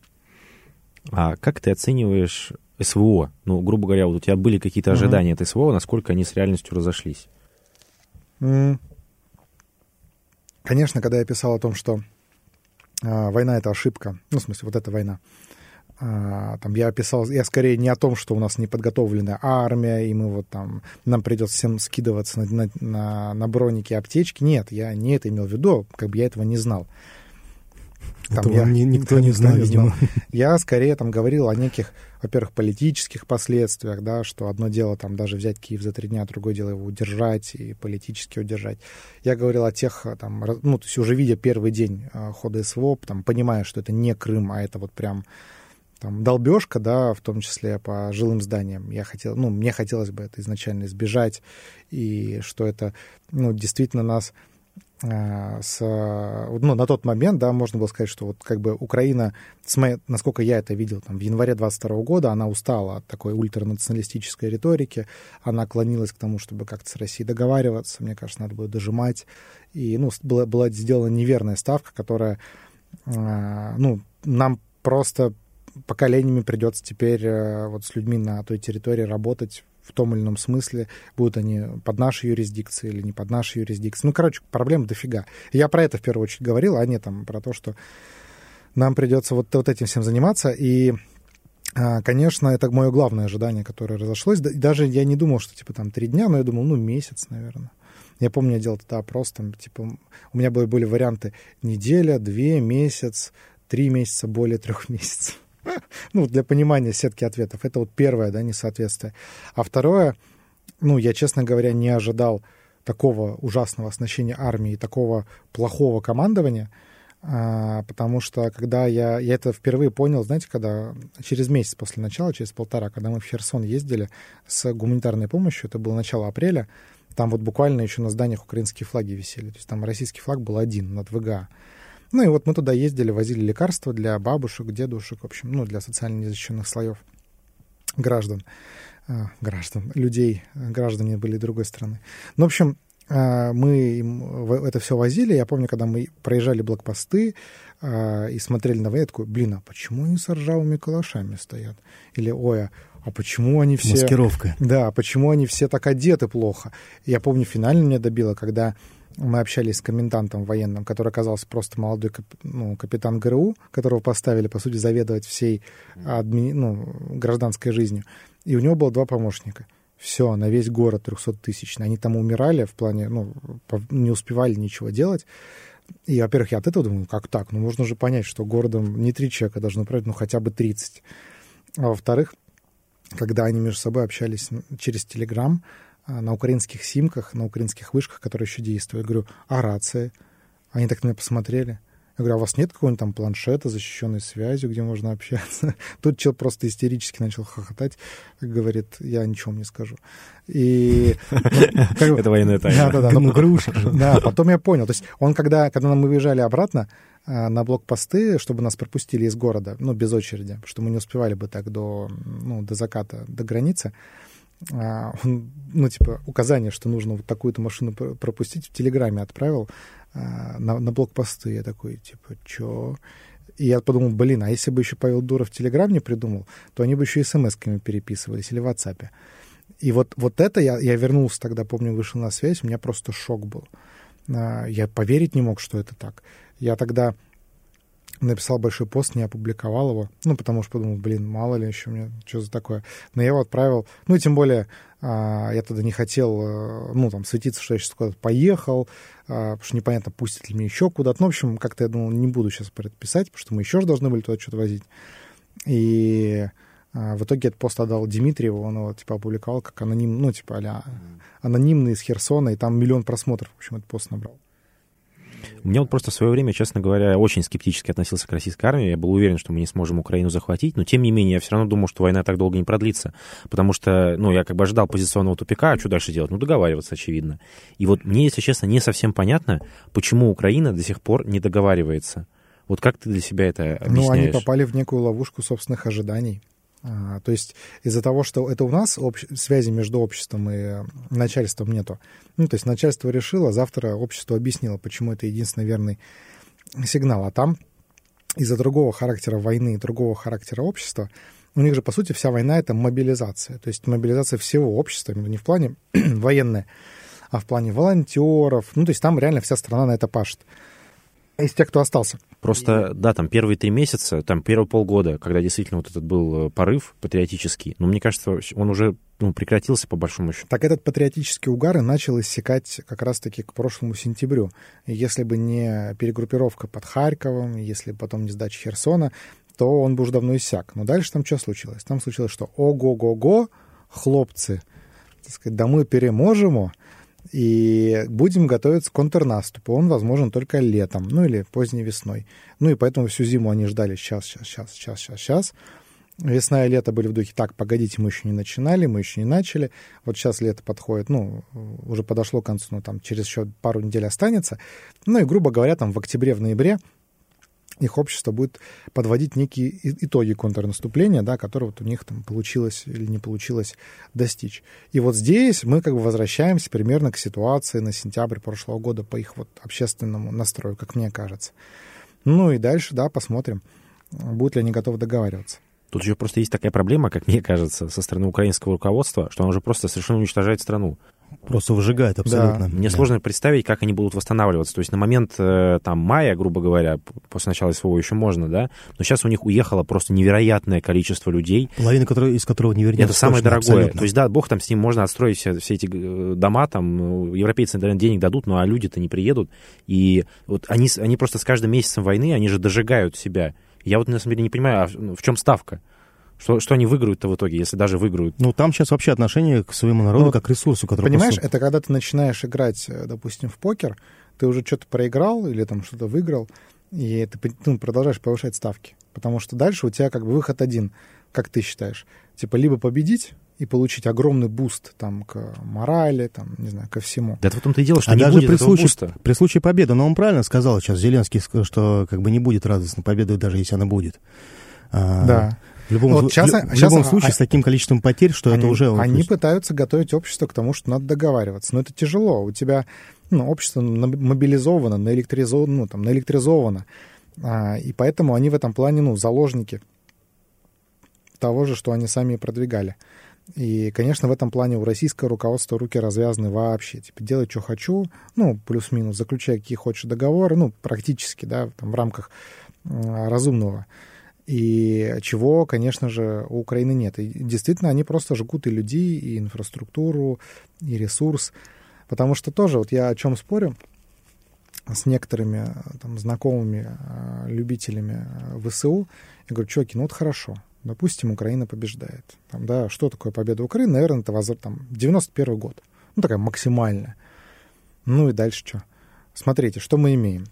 А как ты оцениваешь СВО? Ну, грубо говоря, вот у тебя были какие-то ожидания uh-huh. от СВО, насколько они с реальностью разошлись? Mm. Конечно, когда я писал о том, что а, война — это ошибка, ну, в смысле, вот эта война, а, там я писал, я скорее не о том, что у нас неподготовленная армия, и мы вот там, нам придется всем скидываться на, на, на, на броники и аптечки. Нет, я не это имел в виду, как бы я этого не знал. Там я, ни, никто не знал, не видимо. Знал. Я скорее там говорил о неких, во-первых, политических последствиях, да, что одно дело там даже взять Киев за три дня, другое дело его удержать и политически удержать. Я говорил о тех, там, ну, то есть уже видя первый день хода СВО, там, понимая, что это не Крым, а это вот прям там долбежка, да, в том числе по жилым зданиям. Я хотел, ну, мне хотелось бы это изначально избежать, и что это, ну, действительно нас... С, ну, на тот момент, да, можно было сказать, что вот как бы Украина, насколько я это видел, там, в январе двадцать второго года, она устала от такой ультранационалистической риторики, она клонилась к тому, чтобы как-то с Россией договариваться, мне кажется, надо было дожимать, и, ну, была, была сделана неверная ставка, которая, ну, нам просто поколениями придется теперь вот с людьми на той территории работать в том или ином смысле, будут они под нашей юрисдикцией или не под нашей юрисдикцией. Ну, короче, проблем дофига. Я про это в первую очередь говорил, а не там про то, что нам придется вот, вот этим всем заниматься. И, конечно, это мое главное ожидание, которое разошлось. Даже я не думал, что типа там три дня, но я думал, ну, месяц, наверное. Я помню, я делал тогда опрос, там, типа, у меня были, были варианты неделя, две, месяц, три месяца, более трех месяцев. Ну, для понимания сетки ответов. Это вот первое, да, несоответствие. А второе, ну, я, честно говоря, не ожидал такого ужасного оснащения армии, такого плохого командования, а, потому что когда я, я это впервые понял, знаете, когда через месяц после начала, через полтора, когда мы в Херсон ездили с гуманитарной помощью, это было начало апреля, там вот буквально еще на зданиях украинские флаги висели, то есть там российский флаг был один над ВГА. Ну и вот мы туда ездили, возили лекарства для бабушек, дедушек, в общем, ну, для социально незащищенных слоев граждан, э, граждан, людей, граждане были другой страны. Ну, в общем, э, мы им это все возили. Я помню, когда мы проезжали блокпосты э, и смотрели на войну, я такой, блин, а почему они с ржавыми калашами стоят? Или, ой, а почему они все... Маскировка. Да, почему они все так одеты плохо? Я помню, финально меня добило, когда... мы общались с комендантом военным, который оказался просто молодой кап, ну, капитан ГРУ, которого поставили, по сути, заведовать всей адми, ну, гражданской жизнью. И у него было два помощника. Все, на весь город трехсоттысячный. Они там умирали в плане, ну, не успевали ничего делать. И, во-первых, я от этого думаю, как так? Ну, можно же понять, что городом не три человека должны управлять, ну, хотя бы тридцать. А во-вторых, когда они между собой общались через Телеграм, на украинских симках, на украинских вышках, которые еще действуют, я говорю, а рации? Они так на меня посмотрели. Я говорю, а у вас нет какого-нибудь там планшета, защищенной связью, где можно общаться? Тут человек просто истерически начал хохотать, говорит, я ничего не скажу. И... Это военная тайна. Да, да, да. Да, потом я понял. То есть он, когда мы выезжали обратно на блокпосты, чтобы нас пропустили из города, ну, без очереди, потому что мы не успевали бы так до, ну, до заката, до границы, он, ну, типа, указание, что нужно вот такую-то машину пропустить, в Телеграме отправил а, на, на блокпосты. Я такой, типа, чё? И я подумал, блин, а если бы еще Павел Дуров Телеграм не придумал, то они бы еще и смс-ками переписывались или в WhatsApp. И вот, вот это я, я вернулся тогда, помню, вышел на связь, у меня просто шок был. А, я поверить не мог, что это так. Я тогда написал большой пост, не опубликовал его, ну, потому что подумал, блин, мало ли еще мне, что за такое. Но я его отправил, ну, и тем более а, я тогда не хотел, а, ну, там, светиться, что я сейчас куда-то поехал, а, потому что непонятно, пустят ли меня еще куда-то. Ну, в общем, как-то я думал, не буду сейчас про это писать, потому что мы еще же должны были туда что-то возить. И а, в итоге этот пост отдал Дмитриеву, он его, типа, опубликовал как аноним, ну, типа, а-ля анонимный из Херсона, и там миллион просмотров, в общем, этот пост набрал. У меня вот просто в свое время, честно говоря, очень скептически относился к российской армии. Я был уверен, что мы не сможем Украину захватить, но тем не менее я все равно думал, что война так долго не продлится, потому что, ну, я как бы ожидал позиционного тупика, а что дальше делать? Ну, договариваться, очевидно. И вот мне, если честно, не совсем понятно, почему Украина до сих пор не договаривается. Вот как ты для себя это объясняешь? Ну, они попали в некую ловушку собственных ожиданий. А, то есть из-за того, что это у нас обще... связи между обществом и начальством нету. Ну, то есть начальство решило, завтра общество объяснило, почему это единственный верный сигнал. А там из-за другого характера войны и другого характера общества, у них же, по сути, вся война — это мобилизация. То есть мобилизация всего общества, не в плане военной, а в плане волонтеров. Ну, то есть там реально вся страна на это пашет. Из тех, кто остался. Просто, да, там первые три месяца, там первые полгода, когда действительно вот этот был порыв патриотический, но мне кажется, он уже, ну, прекратился по большому счету. Так этот патриотический угар и начал иссякать как раз-таки к прошлому сентябрю. И если бы не перегруппировка под Харьковом, если бы потом не сдача Херсона, то он бы уже давно иссяк. Но дальше там что случилось? Там случилось, что ого-го-го, хлопцы, так сказать, да мы переможемо, и будем готовиться к контрнаступу. Он возможен только летом, ну или поздней весной. Ну и поэтому всю зиму они ждали сейчас, сейчас, сейчас, сейчас, сейчас, сейчас. Весна и лето были в духе, так, погодите, мы еще не начинали, мы еще не начали. Вот сейчас лето подходит, ну, уже подошло к концу, ну, там, через еще пару недель останется. Ну и, грубо говоря, там в октябре, в ноябре их общество будет подводить некие итоги контрнаступления, да, которые вот у них там получилось или не получилось достичь. И вот здесь мы как бы возвращаемся примерно к ситуации на сентябрь прошлого года по их вот общественному настрою, как мне кажется. Ну и дальше, да, посмотрим, будут ли они готовы договариваться. Тут же просто есть такая проблема, как мне кажется, со стороны украинского руководства, что оно уже просто совершенно уничтожает страну. Просто выжигает абсолютно. Да. Мне да. сложно представить, как они будут восстанавливаться. То есть на момент там, мая, грубо говоря, после начала СВО еще можно, да, но сейчас у них уехало просто невероятное количество людей. Половина которого, из которого не вернется. Это самое точно, дорогое. абсолютно. То есть, да, бог там с ним, можно отстроить все, все эти дома, там, европейцы, наверное, денег дадут, ну а люди-то не приедут. И вот они, они просто с каждым месяцем войны, они же дожигают себя. Я вот на самом деле не понимаю, а в чем ставка? Что, что они выиграют-то в итоге, если даже выиграют? Ну, там сейчас вообще отношение к своему народу ну, как к ресурсу, который... Понимаешь, просто... это когда ты начинаешь играть, допустим, в покер, ты уже что-то проиграл или там что-то выиграл, и ты ну, продолжаешь повышать ставки. Потому что дальше у тебя как бы выход один, как ты считаешь. Типа либо победить и получить огромный буст там к морали, там, не знаю, ко всему. Да это в том-то и дело, что а не даже будет при этого случае, буста. При случае победы, но он правильно сказал сейчас, Зеленский, что как бы не будет радостной победы, даже если она будет. Да. В любом, вот сейчас, в, в сейчас, любом случае, а, с таким количеством потерь, что они, это уже... Они пытаются готовить общество к тому, что надо договариваться. Но это тяжело. У тебя ну, общество мобилизовано, наэлектризовано, ну, там, наэлектризовано. А, и поэтому они в этом плане ну, заложники того же, что они сами продвигали. И, конечно, в этом плане у российского руководства руки развязаны вообще. Типа, делай, что хочу, ну, плюс-минус, заключай какие хочешь договоры, ну, практически, да, там, в рамках э, разумного. И чего, конечно же, у Украины нет. И действительно, они просто жгут и людей, и инфраструктуру, и ресурс. Потому что тоже, вот я о чем спорю с некоторыми там, знакомыми э, любителями ВСУ, я говорю, чуваки, ну вот хорошо, допустим, Украина побеждает. Там, да, что такое победа Украины? Наверное, это воз... там, девяносто первый год. Ну, такая максимальная. Ну и дальше что? Смотрите, что мы имеем.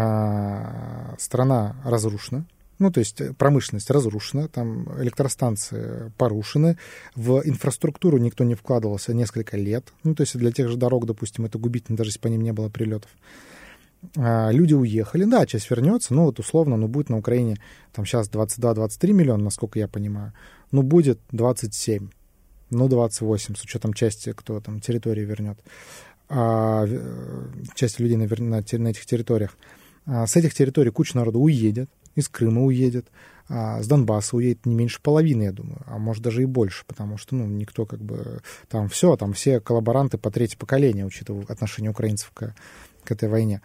А, страна разрушена. Ну, то есть промышленность разрушена, там электростанции порушены, в инфраструктуру никто не вкладывался несколько лет. Ну, то есть для тех же дорог, допустим, это губительно, даже если по ним не было прилетов. А, люди уехали, да, часть вернется, но вот условно, ну, будет на Украине там сейчас двадцать два - двадцать три миллиона, насколько я понимаю, ну, будет двадцать семь, ну, двадцать восемь, с учетом части, кто там территории вернет, а, часть людей на, на, на этих территориях. А, с этих территорий куча народу уедет, из Крыма уедет, а с Донбасса уедет не меньше половины, я думаю, а может даже и больше, потому что, ну, никто как бы... Там все, там все коллаборанты по третье поколение, учитывая отношение украинцев к, к этой войне.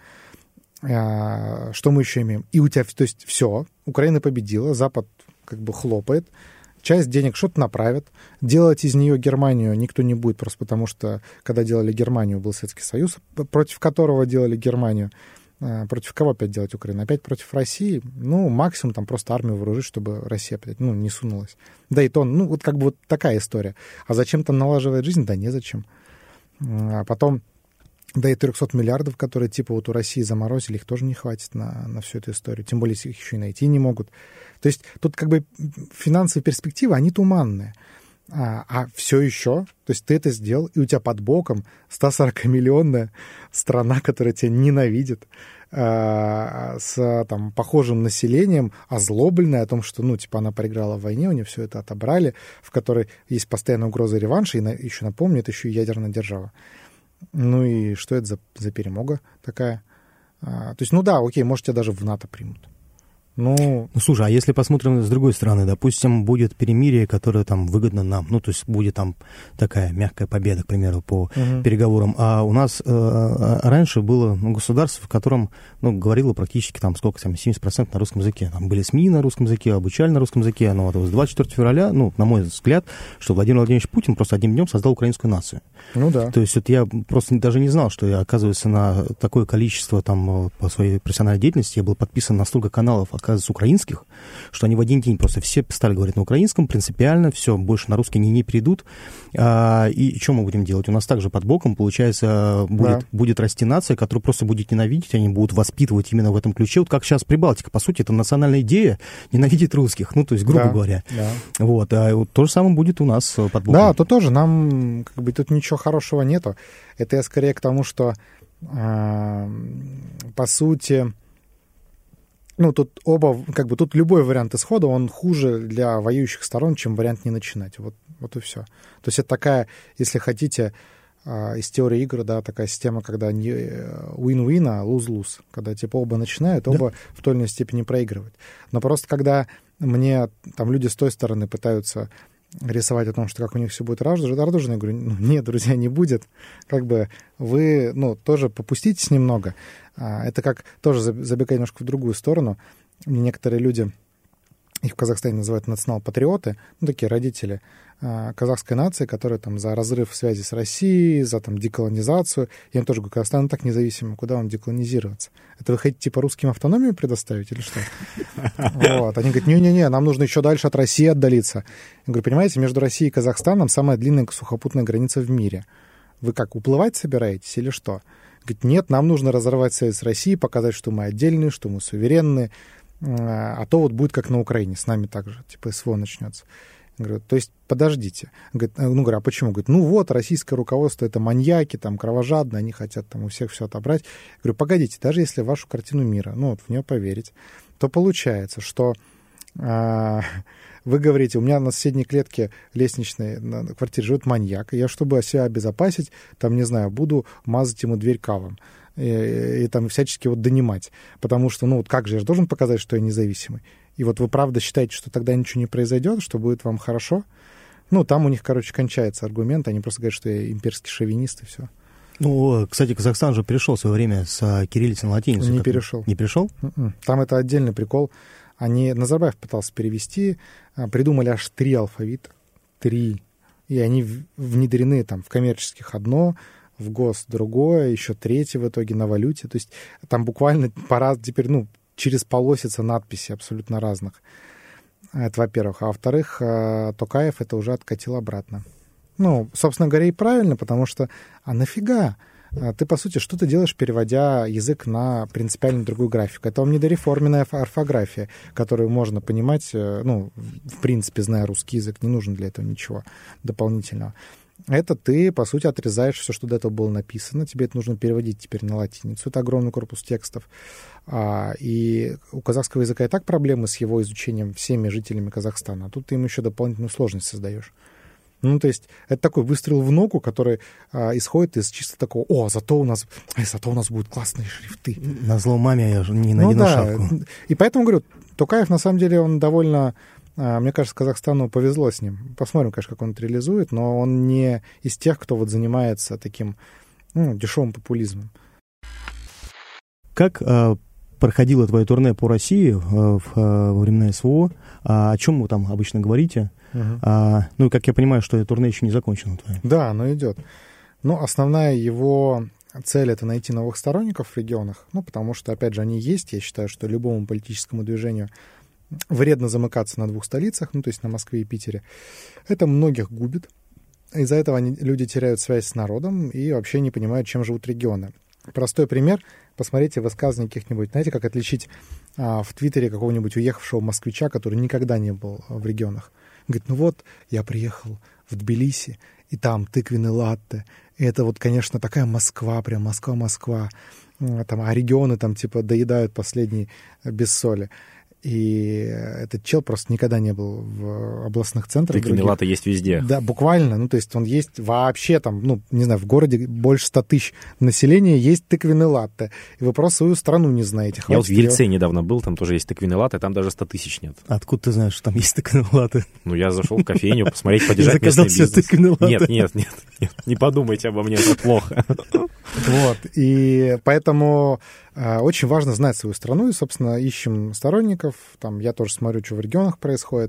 А, что мы еще имеем? И у тебя, то есть все, Украина победила, Запад как бы хлопает, часть денег что-то направят, делать из нее Германию никто не будет, просто потому что, когда делали Германию, был Советский Союз, против которого делали Германию. Против кого опять делать Украину? Опять против России? Ну, максимум там просто армию вооружить, чтобы Россия опять, ну, не сунулась. Да и то, ну, вот как бы вот такая история. А зачем там налаживать жизнь? Да незачем. А потом, да и трехсот миллиардов, которые типа вот у России заморозили, их тоже не хватит на, на всю эту историю. Тем более, если их еще и найти не могут. То есть тут как бы финансовые перспективы, они туманные. А, а все еще, то есть ты это сделал, и у тебя под боком сто сорокамиллионная страна, которая тебя ненавидит, а, с там, похожим населением, озлобленная о том, что, ну, типа, она проиграла в войне, у нее все это отобрали, в которой есть постоянная угроза реванша, и на, еще напомню, это еще и ядерная держава. Ну и что это за, за перемога такая? А, то есть, ну да, окей, может, тебя даже в НАТО примут. Ну, ну, слушай, а если посмотрим с другой стороны, допустим, будет перемирие, которое там выгодно нам, ну, то есть будет там такая мягкая победа, к примеру, по uh-huh. переговорам, а у нас э, раньше было ну, государство, в котором, ну, говорило практически там сколько, там, семьдесят процентов на русском языке, там были СМИ на русском языке, обучали на русском языке, но вот с двадцать четвёртого февраля, ну, на мой взгляд, что Владимир Владимирович Путин просто одним днем создал украинскую нацию. Ну да. То есть вот я просто даже не знал, что я, оказывается, на такое количество там по своей профессиональной деятельности я был подписан на столько каналов, оказывается, украинских, что они в один день просто все стали говорить на украинском, принципиально, все, больше на русский они не перейдут. А, и что мы будем делать? У нас также под боком, получается, будет, да. будет расти нация, которую просто будет ненавидеть, они будут воспитывать именно в этом ключе. Вот как сейчас Прибалтика, по сути, это национальная идея ненавидеть русских, ну, то есть, грубо да, говоря. Да. Вот, а вот то же самое будет у нас под боком. Да, то тоже нам, как бы, тут ничего хорошего нету. Это я скорее к тому, что, э, по сути... Ну, тут оба, как бы, тут любой вариант исхода, он хуже для воюющих сторон, чем вариант не начинать. Вот, вот и все. То есть это такая, если хотите, из теории игр, да, такая система, когда не win-win, а lose-lose. Когда, типа, оба начинают, оба да. в той или иной степени проигрывают. Но просто когда мне там люди с той стороны пытаются рисовать о том, что как у них все будет радужно, я говорю, ну, нет, друзья, не будет. Как бы вы, ну, тоже попуститесь немного. Это как тоже забегая немножко в другую сторону. Некоторые люди, их в Казахстане называют национал-патриоты, ну, такие родители казахской нации, которые там за разрыв связи с Россией, за там деколонизацию. Я им тоже говорю, Казахстан так независимый, куда вам деколонизироваться? Это вы хотите типа русским автономию предоставить или что? Вот. Они говорят, не-не-не, нам нужно еще дальше от России отдалиться. Я говорю, понимаете, между Россией и Казахстаном самая длинная сухопутная граница в мире. Вы как, уплывать собираетесь или что? Говорит, нет, нам нужно разорвать связь с Россией, показать, что мы отдельные, что мы суверенные, а то вот будет как на Украине, с нами так же, типа СВО начнется. Я говорю, то есть подождите. Говорит, ну, говорю, а почему? Говорит, ну вот, российское руководство это маньяки, там, кровожадные, они хотят там у всех все отобрать. Я говорю, погодите, даже если в вашу картину мира, ну, вот в нее поверить, то получается, что а, вы говорите, у меня на соседней клетке лестничной на квартире живет маньяк, и я, чтобы себя обезопасить, там, не знаю, буду мазать ему дверь кавом. И, и там всячески вот донимать. Потому что, ну, вот как же, я же должен показать, что я независимый. И вот вы правда считаете, что тогда ничего не произойдет, что будет вам хорошо? Ну, там у них, короче, кончается аргумент, они просто говорят, что я имперский шовинист, и все. Ну, кстати, Казахстан же перешел в свое время с кириллицы на латиницу. Не как... перешел. Не перешел? Там это отдельный прикол. Они, Назарбаев пытался перевести, придумали аж три алфавита. Три. И они внедрены там в коммерческих одно, в ГОС другое, еще третье в итоге на валюте. То есть там буквально пора теперь, ну, через полосица надписи абсолютно разных. Это, во-первых. А во-вторых, Токаев это уже откатил обратно. Ну, собственно говоря, и правильно, потому что, а нафига? Ты, по сути, что ты делаешь, переводя язык на принципиально другую графику? Это вам не дореформенная орфография, которую можно понимать, ну, в принципе, зная русский язык, не нужно для этого ничего дополнительного. Это ты, по сути, отрезаешь все, что до этого было написано. Тебе это нужно переводить теперь на латиницу. Это огромный корпус текстов. А, и у казахского языка и так проблемы с его изучением всеми жителями Казахстана. А тут ты им еще дополнительную сложность создаешь. Ну, то есть это такой выстрел в ногу, который а, исходит из чисто такого, о, зато у нас, зато у нас будут классные шрифты. Назло маме я же не надену ну, да. шапку. И поэтому, говорю, Токаев, на самом деле, он довольно... Мне кажется, Казахстану повезло с ним. Посмотрим, конечно, как он это реализует, но он не из тех, кто вот занимается таким, ну, дешевым популизмом. Как э, проходило твое турне по России э, в, э, во времена СВО? А, о чем вы там обычно говорите? Uh-huh. А, ну, как я понимаю, что это турне еще не закончено твое. Да, оно идет. Ну, основная его цель — это найти новых сторонников в регионах, ну, потому что, опять же, они есть. Я считаю, что любому политическому движению вредно замыкаться на двух столицах, ну, то есть на Москве и Питере. Это многих губит. Из-за этого они, люди теряют связь с народом и вообще не понимают, чем живут регионы. Простой пример. Посмотрите высказывания каких-нибудь, знаете, как отличить а, в Твиттере какого-нибудь уехавшего москвича, который никогда не был в регионах. Говорит, ну вот, я приехал в Тбилиси, и там тыквенный латте. И это вот, конечно, такая Москва, прям Москва-Москва. Там, а регионы там типа доедают последний без соли. И этот чел просто никогда не был в областных центрах. Тыквенный латте есть везде. Да, буквально. Ну, то есть он есть вообще там, ну, не знаю, в городе больше ста тысяч населения есть тыквенный латте. И вы просто свою страну не знаете. Я вот в Ельце его... недавно был, там тоже есть тыквенный латте, там даже ста тысяч нет. Откуда ты знаешь, что там есть тыквенный латте? Ну, я зашел в кофейню посмотреть, поддержать местный бизнес. Нет, нет, нет, нет, не подумайте обо мне, это плохо. Вот, и поэтому э, очень важно знать свою страну, и, собственно, ищем сторонников, там, я тоже смотрю, что в регионах происходит.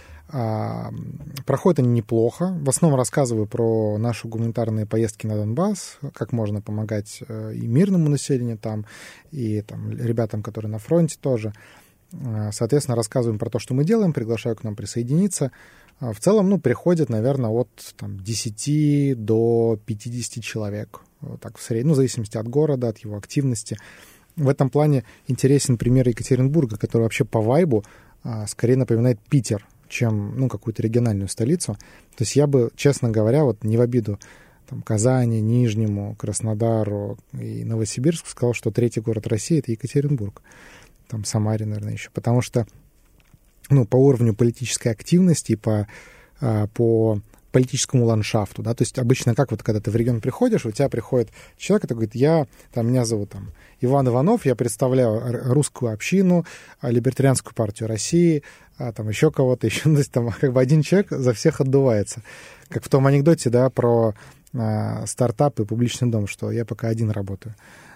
А, проходят они неплохо, в основном рассказываю про наши гуманитарные поездки на Донбасс, как можно помогать э, и мирному населению там, и там, ребятам, которые на фронте тоже. Соответственно, рассказываем про то, что мы делаем, приглашаю к нам присоединиться. В целом, ну, приходит, наверное, от там, десяти до пятидесяти человек. Вот так в среднем, ну, в зависимости от города, от его активности. В этом плане интересен пример Екатеринбурга, который вообще по вайбу а, скорее напоминает Питер, чем, ну, какую-то региональную столицу. То есть я бы, честно говоря, вот не в обиду там, Казани, Нижнему, Краснодару и Новосибирску сказал, что третий город России — это Екатеринбург. Там Самаре, наверное, еще. Потому что, ну, по уровню политической активности и по, а, по политическому ландшафту, да, то есть обычно как вот, когда ты в регион приходишь, у тебя приходит человек, который говорит, я, там, меня зовут там Иван Иванов, я представляю русскую общину, либертарианскую партию России, а, там еще кого-то, еще, то есть там как бы один человек за всех отдувается. Как в том анекдоте, да, про а, стартап и публичный дом, что я пока один работаю.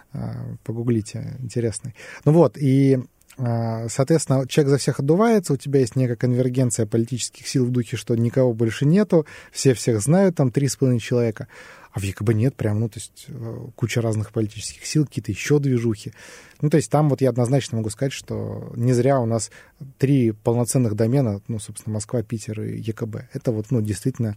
Погуглите, интересный. Ну вот, и, соответственно, человек за всех отдувается, у тебя есть некая конвергенция политических сил в духе, что никого больше нету, все всех знают, там три с половиной человека, а в ЕКБ нет прям, ну, то есть куча разных политических сил, какие-то еще движухи. Ну, то есть там вот я однозначно могу сказать, что не зря у нас три полноценных домена, ну, собственно, Москва, Питер и ЕКБ. Это вот, ну, действительно,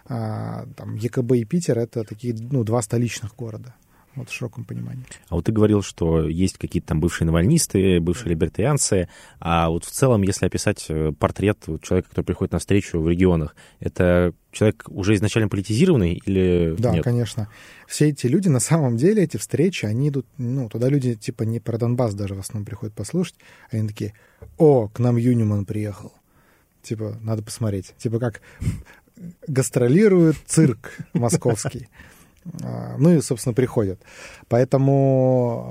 там, ЕКБ и Питер — это такие, ну, два столичных города. Вот в широком понимании. А вот ты говорил, что есть какие-то там бывшие навальнисты, бывшие либертарианцы, а вот в целом, если описать портрет человека, который приходит на встречу в регионах, это человек уже изначально политизированный или да, нет? Да, конечно. Все эти люди, на самом деле, эти встречи, они идут, ну, туда люди типа не про Донбасс даже в основном приходят послушать, а они такие, о, к нам Юниман приехал. Типа, надо посмотреть. Типа, как гастролирует цирк московский. Ну и, собственно, приходят.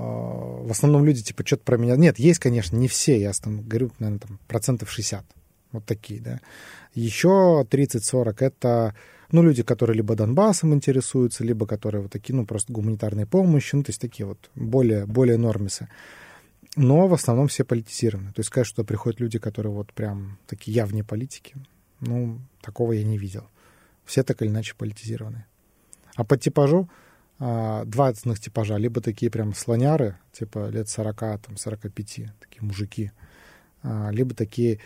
Поэтому в основном люди, типа, что-то про меня... Нет, есть, конечно, не все, я там говорю, наверное, там, процентов шестьдесят. Вот такие, да. Еще тридцать-сорок — это, ну, люди, которые либо Донбассом интересуются, либо которые вот такие, ну, просто гуманитарной помощи, ну, то есть такие вот более, более нормисы. Но в основном все политизированы. То есть сказать, что приходят люди, которые вот прям такие явные политики, ну, такого я не видел. Все так или иначе политизированы. А по типажу два основных типажа. Либо такие прям слоняры, типа лет сорока, там, сорока пяти, такие мужики. Либо такие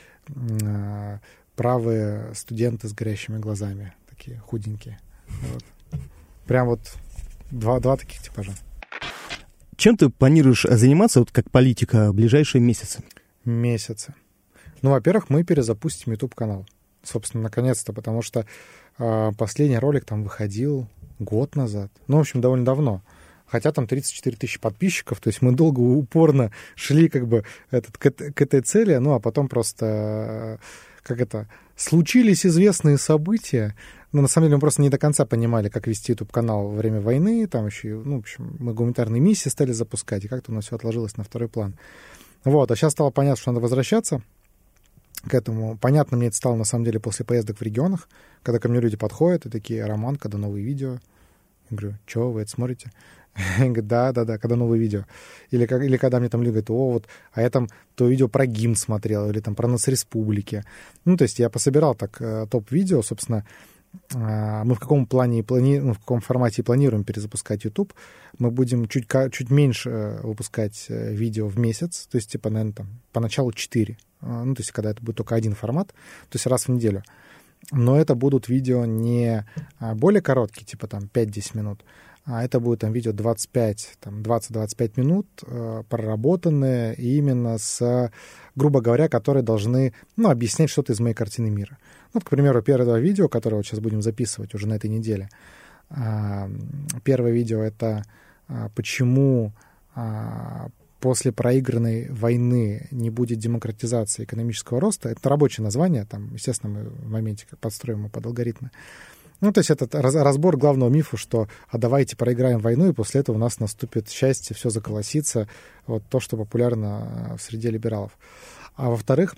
правые студенты с горящими глазами, такие худенькие. Вот. Прям вот два, два таких типажа. Чем ты планируешь заниматься, вот как политика, в ближайшие месяцы? Месяцы. Ну, во-первых, мы перезапустим YouTube-канал. Собственно, наконец-то, потому что э, последний ролик там выходил год назад. Ну, в общем, довольно давно. Хотя там тридцать четыре тысячи подписчиков, то есть мы долго, упорно шли как бы этот, к, к этой цели, ну, а потом просто, как это, случились известные события, но на самом деле мы просто не до конца понимали, как вести YouTube-канал во время войны, там еще, ну, в общем, мы гуманитарные миссии стали запускать, и как-то у нас все отложилось на второй план. Вот, а сейчас стало понятно, что надо возвращаться к этому. Понятно мне это стало, на самом деле, после поездок в регионах, когда ко мне люди подходят и такие: Роман, когда новые видео? Я говорю: что, вы это смотрите? Я говорю: да, да, да, когда новые видео. Или, как, или когда мне там люди говорят: о, вот, а я там то видео про гимн смотрел, или там про Нацреспублики. Ну, то есть я пособирал так топ-видео, собственно. Мы в каком плане, плани... ну, в каком формате планируем перезапускать YouTube. Мы будем чуть, чуть меньше выпускать видео в месяц, то есть, типа, наверное, там, поначалу четыре. Ну, то есть, когда это будет только один формат, то есть раз в неделю. Но это будут видео не более короткие, типа, там, пять-десять минут, а это будет там видео двадцать пять, там, двадцать-двадцать пять минут, э, проработанные именно с, грубо говоря, которые должны, ну, объяснять что-то из моей картины мира. Вот, к примеру, первое два видео, которое вот сейчас будем записывать уже на этой неделе. Э, первое видео — это э, почему э, после проигранной войны не будет демократизации экономического роста. Это рабочее название, там, естественно, мы в моменте подстроим его под алгоритмы. Ну, то есть это разбор главного мифа, что а давайте проиграем войну, и после этого у нас наступит счастье, все заколосится, вот то, что популярно в среде либералов. А во-вторых,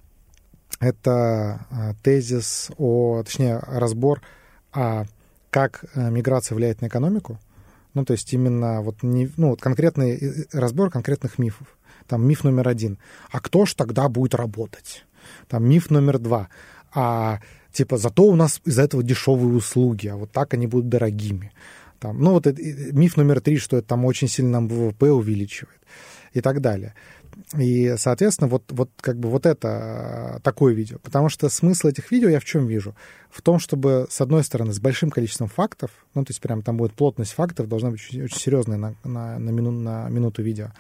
это тезис о, точнее, разбор, а как миграция влияет на экономику. Ну, то есть именно вот, не, ну, вот конкретный разбор конкретных мифов. Там миф номер один. А кто ж тогда будет работать? Там миф номер два. А типа зато у нас из-за этого дешевые услуги, а вот так они будут дорогими. Там, ну, вот это, миф номер три, что это там очень сильно нам ВВП увеличивает и так далее. И, соответственно, вот, вот как бы вот это такое видео. Потому что смысл этих видео я в чем вижу? В том, чтобы, с одной стороны, с большим количеством фактов, ну, то есть прям там будет плотность фактов, должна быть очень, очень серьезная на, на, на, мину, на минуту видео,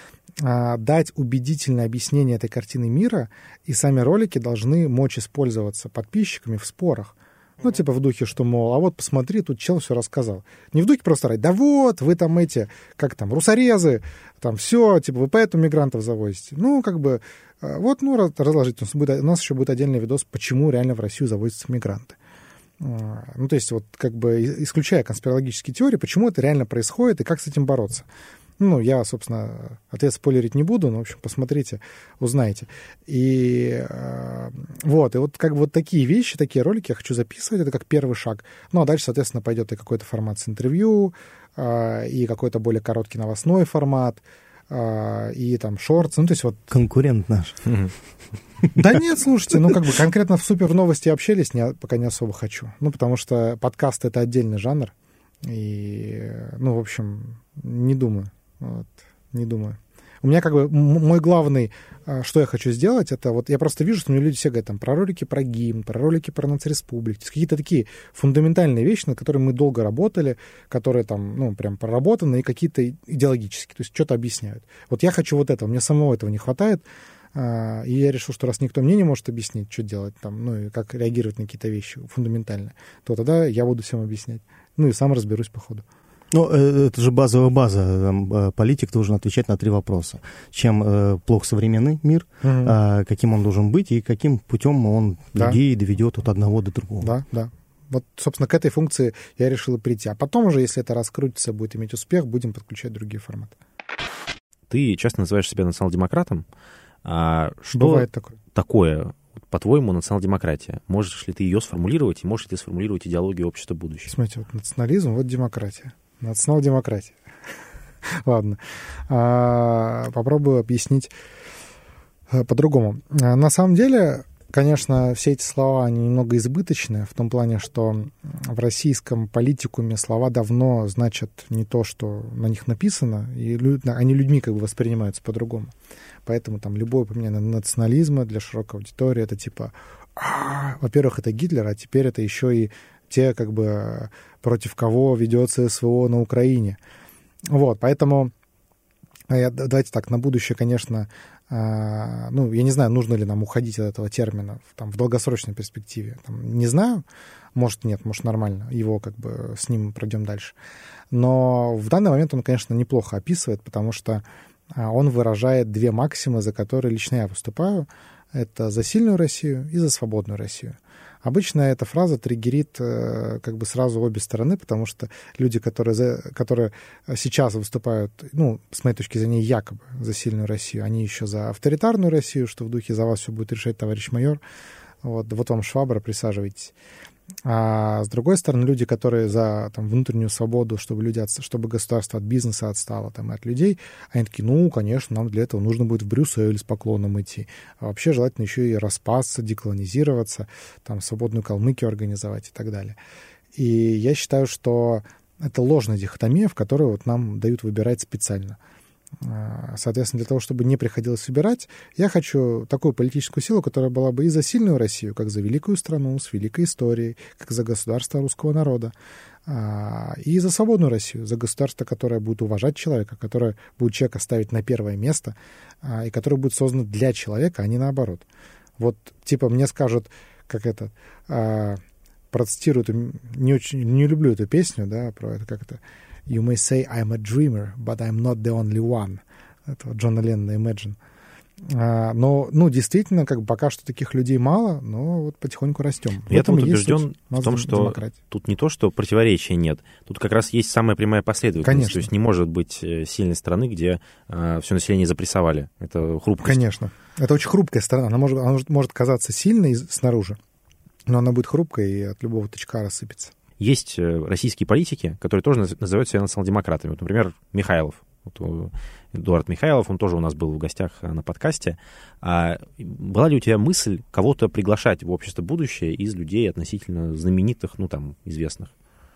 дать убедительное объяснение этой картины мира, и сами ролики должны мочь использоваться подписчиками в спорах. Ну, типа в духе, что, мол, а вот посмотри, тут чел все рассказал. Не в духе просто орать: да вот, вы там эти, как там, русорезы, там все, типа вы поэтому мигрантов завозите. Ну, как бы, вот, ну, разложить. У нас, будет, у нас еще будет отдельный видос, почему реально в Россию завозятся мигранты. Ну, то есть, вот, как бы, исключая конспирологические теории, почему это реально происходит и как с этим бороться. Ну, я, собственно, ответ спойлерить не буду, но, в общем, посмотрите, узнаете. И э, вот, и вот как бы вот такие вещи, такие ролики я хочу записывать, это как первый шаг. Ну, а дальше, соответственно, пойдет и какой-то формат с интервью, э, и какой-то более короткий новостной формат, э, и там шортс, ну, то есть вот... Конкурент наш. Да нет, слушайте, ну, как бы конкретно в супер новости общались, не, пока не особо хочу. Ну, потому что подкаст — это отдельный жанр, и, ну, в общем, не думаю. Вот, не думаю. У меня как бы мой главный, что я хочу сделать, это вот я просто вижу, что мне люди все говорят там про ролики про гимн, про ролики про Нацреспублики, то есть какие-то такие фундаментальные вещи, над которыми мы долго работали, которые там, ну, прям проработаны, и какие-то идеологические, то есть что-то объясняют. Вот я хочу вот этого, мне самого этого не хватает, и я решил, что раз никто мне не может объяснить, что делать там, ну, и как реагировать на какие-то вещи фундаментальные, то тогда я буду всем объяснять. Ну, и сам разберусь по ходу. Ну, это же базовая база. Политик должен отвечать на три вопроса. Чем э, плох современный мир, угу. э, каким он должен быть и каким путем он да. людей доведет от одного до другого. Да, да. Вот, собственно, к этой функции я решил прийти. А потом уже, если это раскрутится, будет иметь успех, будем подключать другие форматы. Ты часто называешь себя национал-демократом. А что Бывает такое. такое по-твоему, национал-демократия? Можешь ли ты ее сформулировать, и можешь ли ты сформулировать идеологию общества будущего? Смотрите, вот национализм, вот демократия. Национал-демократия. Ладно. Попробую объяснить по-другому. На самом деле, конечно, все эти слова, они немного избыточны, в том плане, что в российском политикуме слова давно значат не то, что на них написано, и они людьми как бы воспринимаются по-другому. Поэтому там любое упоминание национализма для широкой аудитории — это типа, во-первых, это Гитлер, а теперь это еще и те, как бы, против кого ведется СВО на Украине. Вот, поэтому я, давайте так, на будущее, конечно, э, ну, я не знаю, нужно ли нам уходить от этого термина там, в долгосрочной перспективе. Там, не знаю, может, нет, может, нормально, его как бы с ним пройдем дальше. Но в данный момент он, конечно, неплохо описывает, потому что э, он выражает две максимы, за которые лично я выступаю. Это за сильную Россию и за свободную Россию. Обычно эта фраза триггерит э, как бы сразу обе стороны, потому что люди, которые, за, которые сейчас выступают, ну, с моей точки зрения, якобы за сильную Россию, они еще за авторитарную Россию, что в духе «за вас все будет решать товарищ майор». Вот, вот вам швабра, присаживайтесь. А с другой стороны, люди, которые за там, внутреннюю свободу, чтобы, люди от, чтобы государство от бизнеса отстало там, и от людей, они такие, ну, конечно, нам для этого нужно будет в Брюссель с поклоном идти. А вообще желательно еще и распасться, деколонизироваться, там, свободную Калмыкию организовать и так далее. И я считаю, что это ложная дихотомия, в которую вот нам дают выбирать специально. Соответственно, для того, чтобы не приходилось выбирать, я хочу такую политическую силу, которая была бы и за сильную Россию, как за великую страну с великой историей, как за государство русского народа, и за свободную Россию, за государство, которое будет уважать человека, которое будет человека ставить на первое место, и которое будет создано для человека, а не наоборот. Вот, типа, мне скажут, как это, процитируют, не, очень, не люблю эту песню, да, про это, как это, You may say I'm a dreamer, but I'm not the only one. Это Джона Леннона Imagine. А, но, ну, действительно, как бы пока что таких людей мало, но вот потихоньку растем. Я тут убежден в том, что демократии. Тут не то, что противоречия нет, тут как раз есть самая прямая последовательность. Конечно. То есть не может быть сильной страны, где а, все население запрессовали. Это хрупкость. Конечно. Это очень хрупкая страна. Она может, она может казаться сильной снаружи, но она будет хрупкой и от любого тычка рассыпется. Есть российские политики, которые тоже называют себя национал-демократами. Вот, например, Михайлов. Вот, Эдуард Михайлов, он тоже у нас был в гостях на подкасте. А была ли у тебя мысль кого-то приглашать в общество будущее из людей относительно знаменитых, ну, там, известных?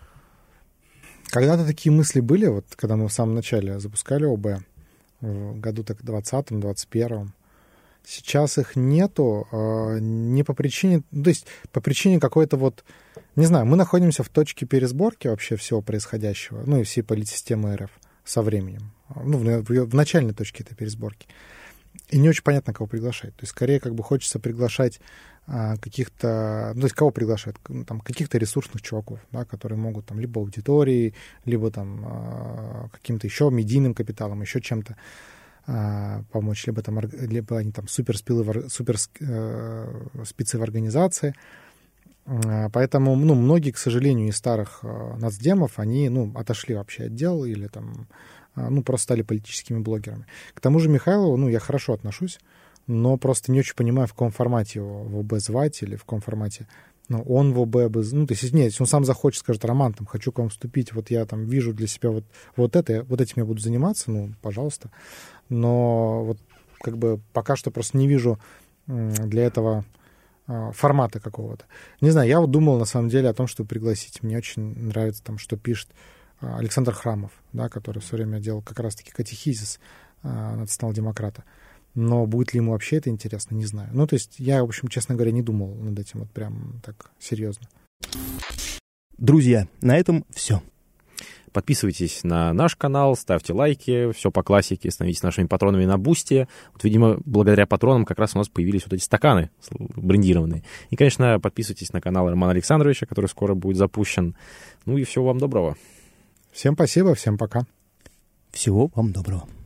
Когда-то такие мысли были, вот когда мы в самом начале запускали ОБ, в году так двадцатом, двадцать первом. Сейчас их нету, не по причине, то есть по причине какой-то вот, не знаю, мы находимся в точке пересборки вообще всего происходящего, ну и всей политсистемы РФ со временем, ну, в, в, в начальной точке этой пересборки. И не очень понятно, кого приглашать. То есть скорее как бы хочется приглашать а, каких-то, ну, то есть кого приглашать? Там, каких-то ресурсных чуваков, да, которые могут там либо аудиторией, либо там а, каким-то еще медийным капиталом, еще чем-то помочь, либо, там, либо они там суперспецы супер, э, спецы в организации. Поэтому, ну, многие, к сожалению, из старых нацдемов, они, ну, отошли вообще от дел или там, ну, просто стали политическими блогерами. К тому же Михайлову, ну, я хорошо отношусь, но просто не очень понимаю, в каком формате его в ОБ звать или в каком формате. Ну, он в ОБ, ну, то есть, нет, если он сам захочет, скажет, Роман, там, хочу к вам вступить, вот я там вижу для себя вот, вот это, вот этим я буду заниматься, ну, пожалуйста. Но вот как бы пока что просто не вижу для этого формата какого-то. Не знаю, я вот думал на самом деле о том, чтобы пригласить. Мне очень нравится там, что пишет Александр Храмов, да, который все время делал как раз-таки катехизис национал-демократа. Но будет ли ему вообще это интересно, не знаю. Ну, то есть я, в общем, честно говоря, не думал над этим вот прям так серьезно. Друзья, на этом все. Подписывайтесь на наш канал, ставьте лайки, все по классике, становитесь нашими патронами на Бусти. Вот, видимо, благодаря патронам как раз у нас появились вот эти стаканы брендированные. И, конечно, подписывайтесь на канал Романа Александровича, который скоро будет запущен. Ну и всего вам доброго. Всем спасибо, всем пока. Всего вам доброго.